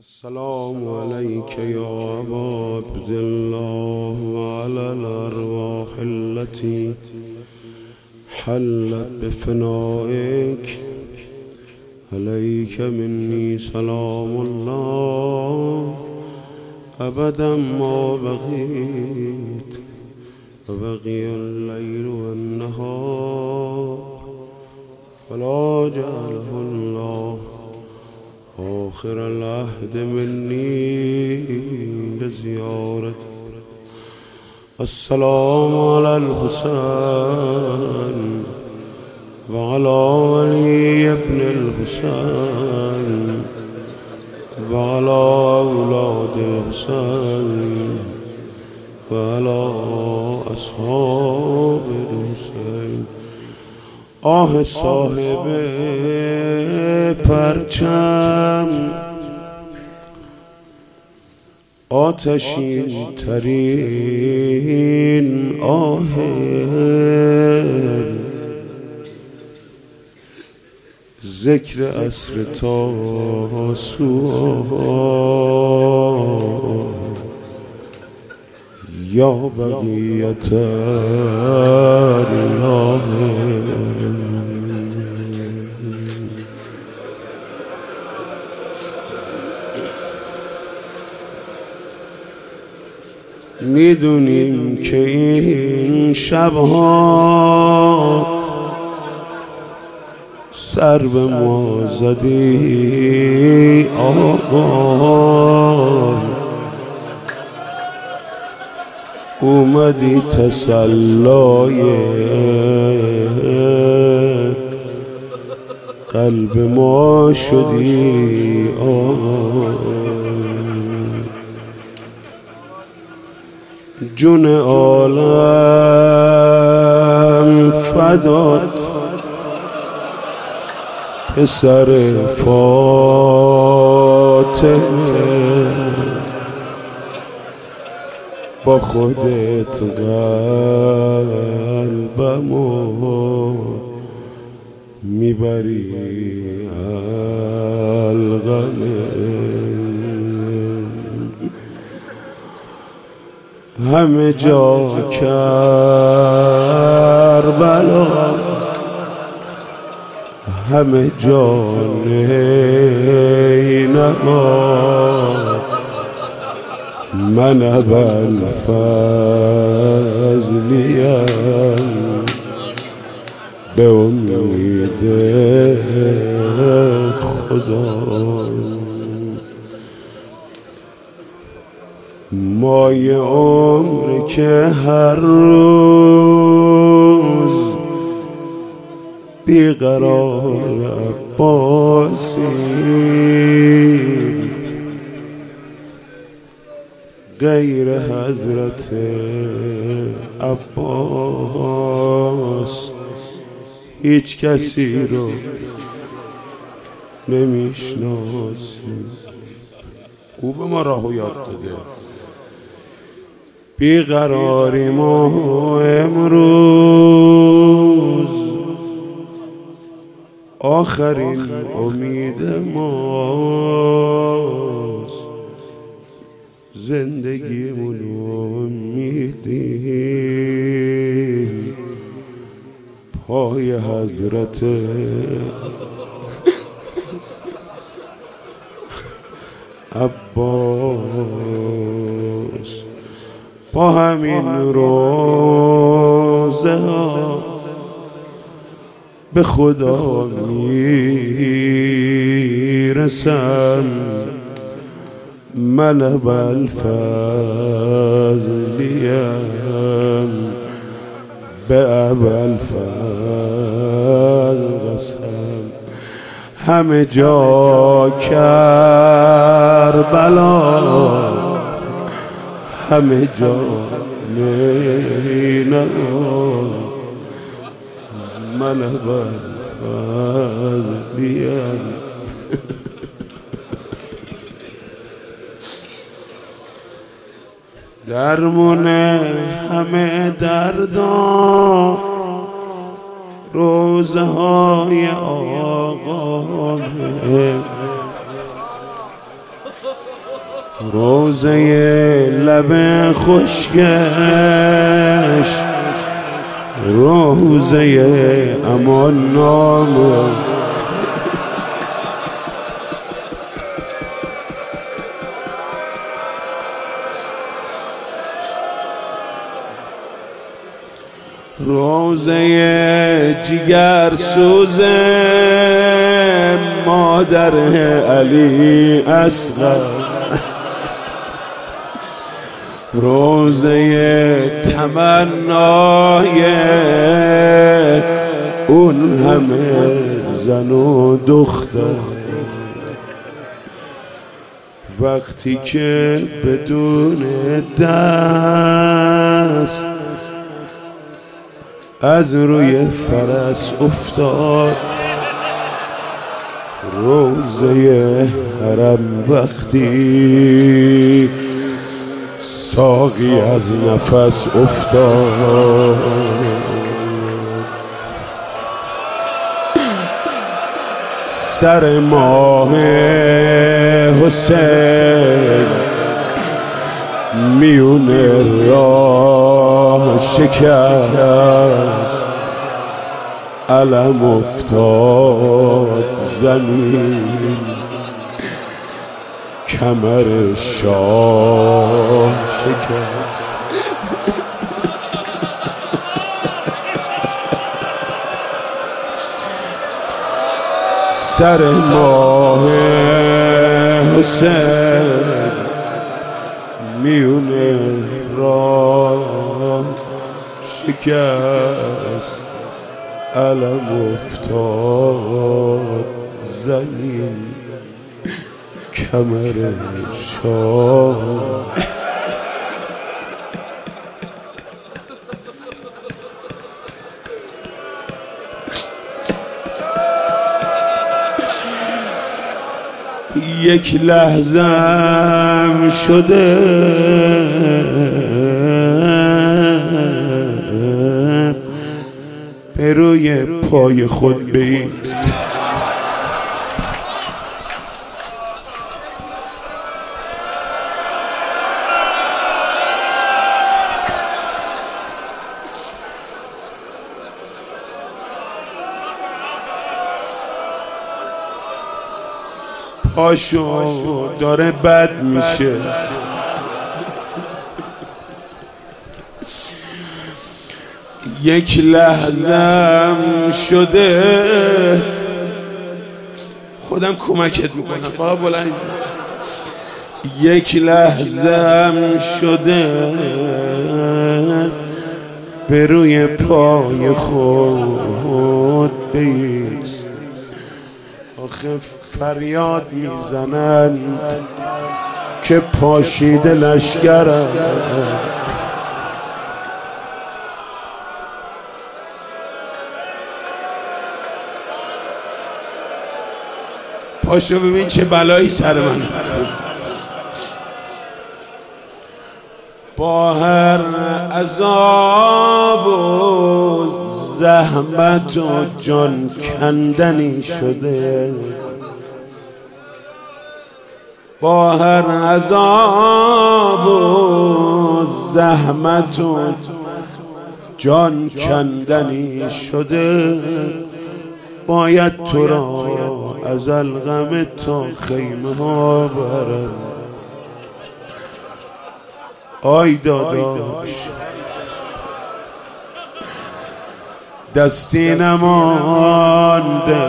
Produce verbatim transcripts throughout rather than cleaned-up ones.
السلام عليك يا أبا عبد الله وعلى الأرواح التي حلت بفنائك. عليك مني سلام الله أبدا ما بقيت وبقي الليل والنهار، ولا جعله الله آخر العهد مني لزيارة. السلام على الحسين وعلى علي بن الحسين وعلى أولاد الحسين وعلى أصحاب الحسين. آه صاحب پرچم، آتشین ترین آه، ذکر عصر تاسوعا یا بقیت الله. میدونیم که این شبها سر به ما زدی آقا، اومدی تسلای قلب ما شدی آقا. جون عالم فدات پسر فاطمه، با خودت قلبمو میبری الغمه. همه جا کربلا، همه جا نینما، من ابوالفضلیم به امید خدا. مای عمر که هر روز بیقرار عباسی، غیر حضرت عباس هیچ کسی رو نمیشناسیم. او به ما راهو یاد داده. بیقراری ما امروز آخرین امید ماست، زندگیمون رو میدیم پای حضرت عباس. با همین روزه ها به خدا میرسم، من ابوالفضلیم به ابوالفضل قسم. همه جا کربلا، همه جا نینما، من ابوالفضلیم. درمون همه دردان روزه های آقا روزه لب خشکش روزه امان نامه روزه جگر سوزه مادر علی اصغر روزه تمنای اون همه زن و دختر وقتی که بدون دست از روی فرس افتاد روزه حرم وقتی ساقی از نفس افتاد سر ماه حسین میون راه شکست علم افتاد زمین کمر شاه شکست سر ماه حسین میون راه شکست علم افتاد زمین کمر شاه یک لحظم شده به روی پای خود بایست پاشو داره بد میشه یک لحظم شده خودم کمکت میکنم فقط بلند یک لحظم شده به روی پای خود بایست آخه فریاد میزنن که پاشیده لشکرم پاشو ببین چه بلایی سر من با هر عذاب و زحمت و جان کندنی شده با هر عذاب و زحمت و جان کندنی شده باید تو را از الغم تا خیمه ها برم آی داداش دستی نمانده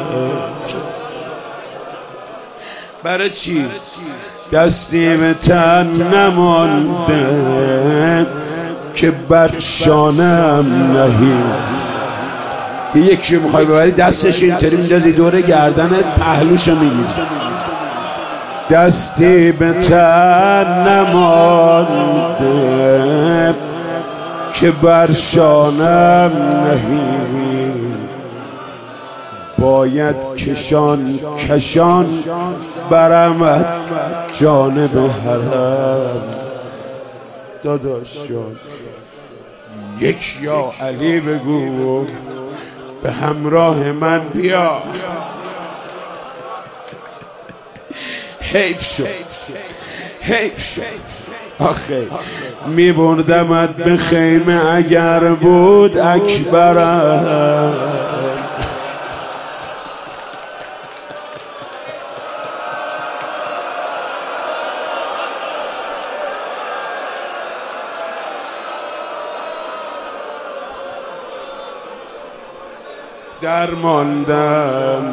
برای چی؟ دستی به تن نمانده که بر شانم نهی یکی میخوای ببری دستش اینطوری میندازی دور گردنت پهلوشو میگیری دستی به تن نمانده که بر شانم نهی باید کشان کشان برمت جانب حرم داداش جان یک یا علی بگو به همراه من بیا حیف شد حیف شد آخه میبردمت به خیمه اگر بود اکبرم. درماندم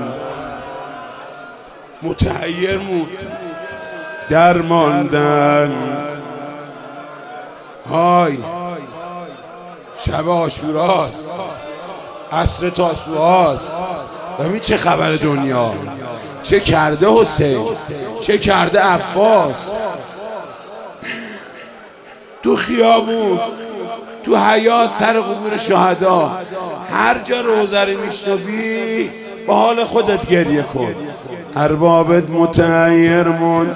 متحیر بود درماندم. های شب عاشوراست، عصر تاسوعاست. ببین چه خبر دنیا، چه کرده حسین، چه کرده عباس. تو خیابون، تو حیات، سر قبور شهدا، هر جا روزه رو میشنوی با حال خودت گریه کن. اربابت متحیر موند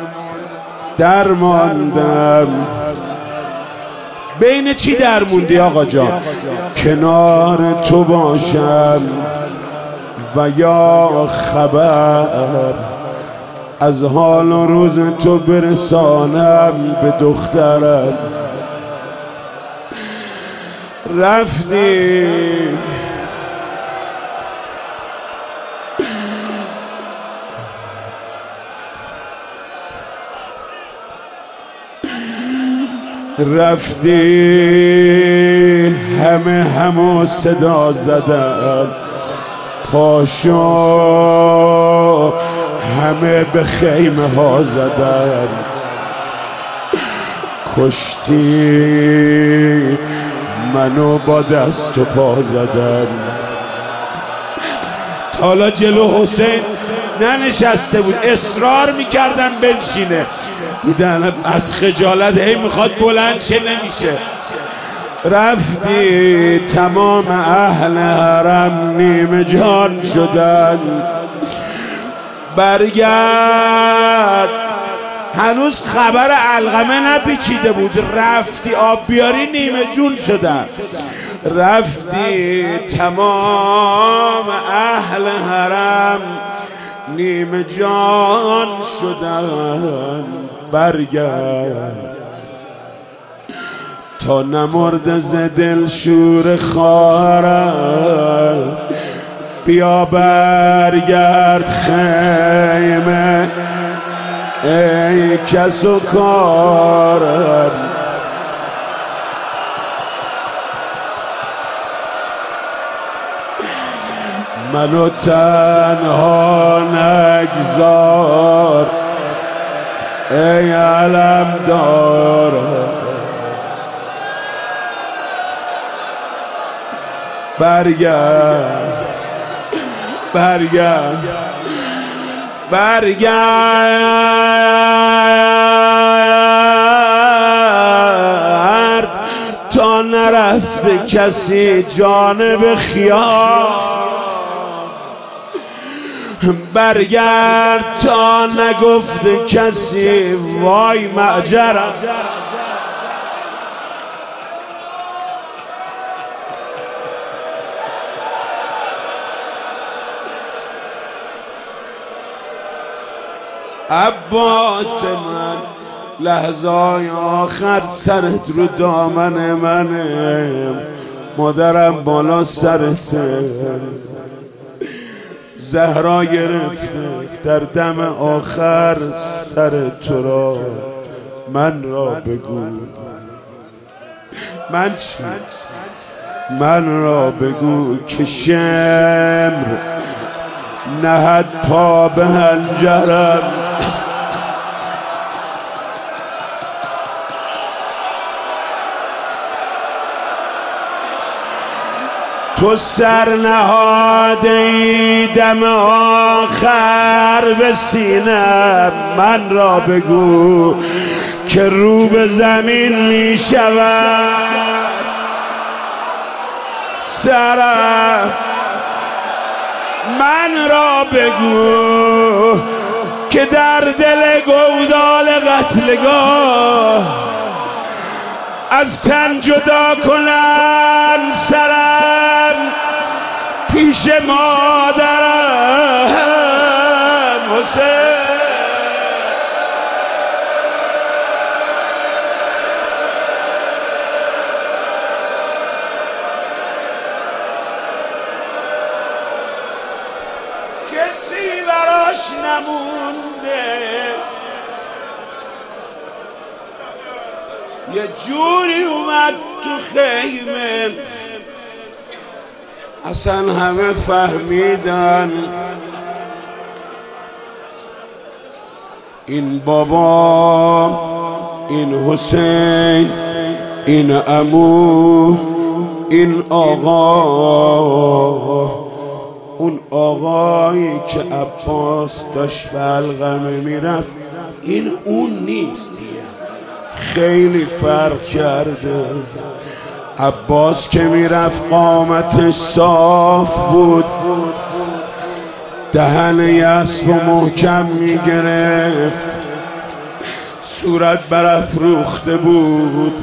درماندم. بین چی درموندی آقا جان؟ کنار تو باشم و یا خبر از حال و روز تو برسانم به دخترم. رفتی رفتی همه همو صدا زدن، پاشو همه به خیمه ها زدن. کشتی منو با دست و پا زدن. حالا جلو حسین ننشسته بود، اصرار میکردن بنشینه، دیدن از خجالت هی میخواد بلند شه نمیشه. رفتی تمام اهل حرم نیمه جان شدن. برگرد، هنوز خبر علقمه نپیچیده بود. رفتی آب بیاری نیمه جون شدن. رفتی تمام اهل حرم نیمه جان شدن. برگرد تا نمرد ز دل شور خواهرم. بیا برگرد خیمه ای کس و کارم. منو تنها نگذار ای علم دارم. برگرد برگرد برگرد تا نرفته کسی جانب خیال. برگرد تا نگفته کسی وای معجرم. عباس من لحظای آخر سرت رو دامن منه، مادرم بالا سرته. زهرا گرفته در دم آخر سر تو را، من را بگو من چی؟ من را بگو که شمر نهد پا به هنجرم. تو سر نهاده ای دم آخر به سینه، من را بگو که رو به زمین می شود سرم. من را بگو که در دل گودال قتلگاه از تن جدا کنن سرم پیش مادرم. حسین یه جوری اومد تو خیمه اصلا همه فهمیدن این بابا، این حسین، این عمو، این آقا، اون آقایی که عباس داشت به علقمه میرفت این اون نیست دیگه، خیلی فرق کرده. عباس که میرفت قامتش صاف بود، دهن اسب و محکم میگرفت، صورت برافروخته بود.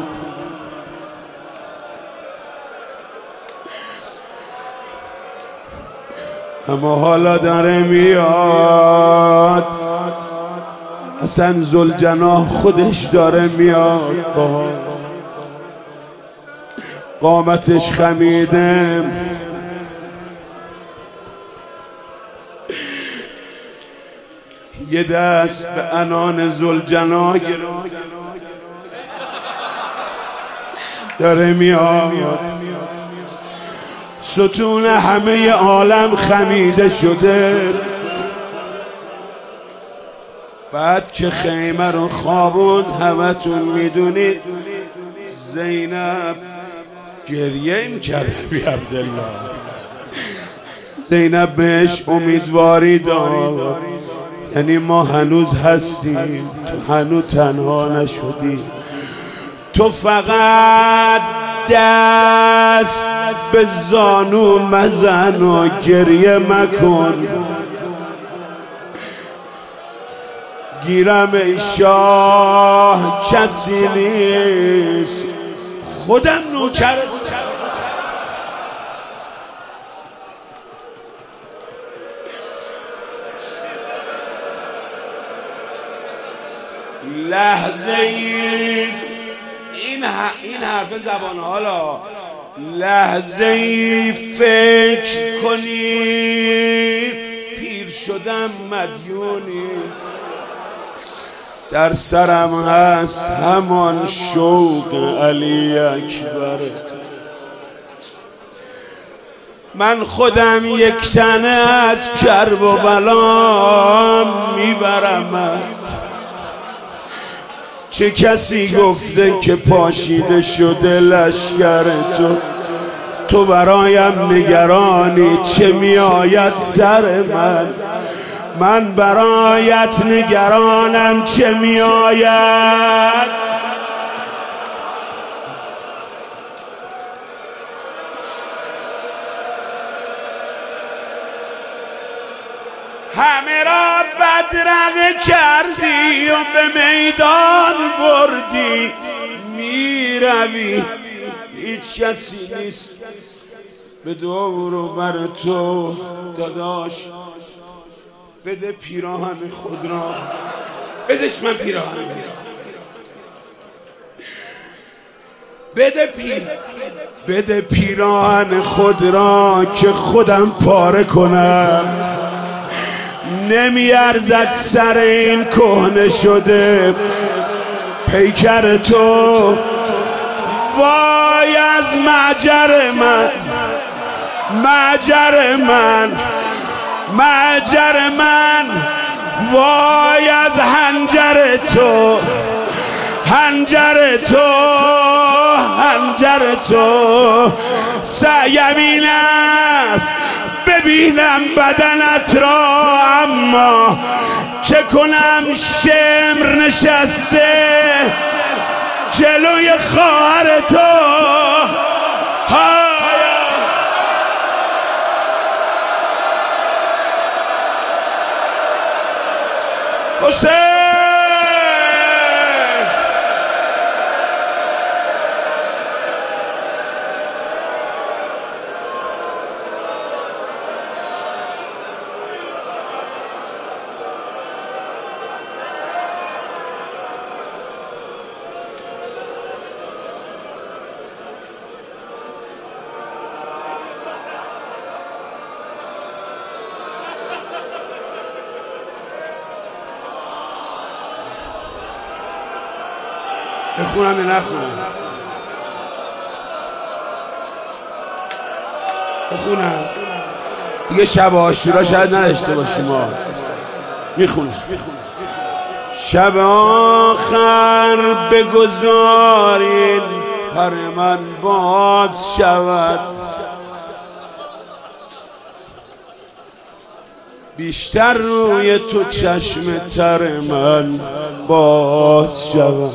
اما حالا داره میاد، اصلا ذوالجناح خودش داره میاد، با قامتش خمیده، یه دست به عنان ذوالجناح داره میاد، ستون همه عالم خمیده شده. بعد که خیمه رو خوابوند، همتون میدونید زینب گریه میکرد بی عبدالله. زینب بهش امیدواری داد، یعنی ما هنوز هستیم، تو هنوز تنها نشدی، تو فقط دست به زانو مزن و گریه مکن. گیرم ای شاه کسی نیست، خودم نوکر. لحظه ای این این حرف زبان حالا، لحظه ای فکر کنی پیر شدم مدیونی، در سرم هست همان شوق علی اکبر. من خودم یک تنه از کرب و بلا میبرم. چه کسی گفته که پاشیده شده لشکر تو، تو برایم نگرانی چه میآید سر من، من برایت نگرانم چه میآید. همه را بدرقه کردی و به میدان بردی، میروی هیچ کسی نیست به دور و بر تو. داداش بده پیراهن خود را، بدش من پیراهن بده پیر بده پیراهن خود را که خودم پاره کنم. نمیارزد سر این کهنه شده پیکر تو. وای از معجر من، معجر من، معجر من، وای از هنجر تو، هنجر تو، هنجر تو. سعیم این است ببینم بدنت را، اما چه کنم شمر نشسته جلوی خواهر تو. حسین بخونم یا نخونم؟ بخونم دیگه. شب عاشورا شاید نداشته باشیم ما. میخونم. شب آخر بگذارین پر من باز شود، بیشتر روی تو چشم تر من باز شود.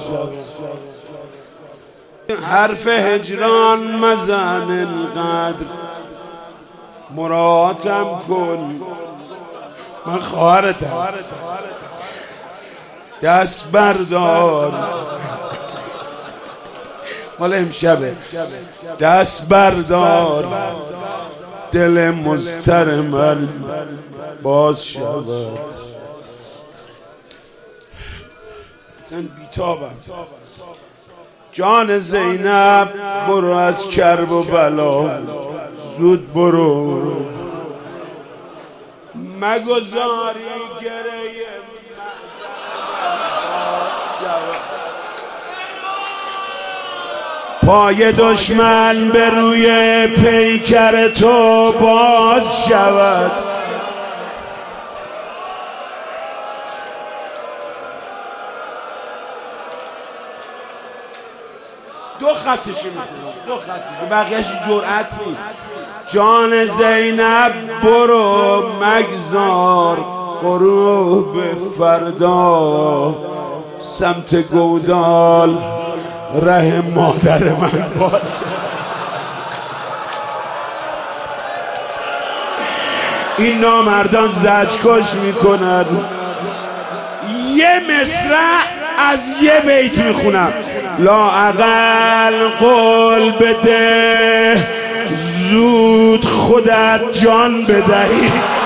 حرف هجران مزن انقدر مراعاتم کن، من خواهرتم. دست بردار، مال امشبه. دست بردار دل مضطر من باز شود. بیتابم. جان زینب برو از کرب و بلا زود برو، مگذاری گریه پای دشمن به روی پیکر تو باز شود. دو خطشی میکنم، دو خطشی، بقیهش جرأت نیست. جان زینب برو مگذار غروب فردا، سمت گودال ره مادر من باز شد. این نامردان زجرکش میکنن. یه مصرع از یه بیت میخونم. لااقل قول بده زود خودت جان بدهی.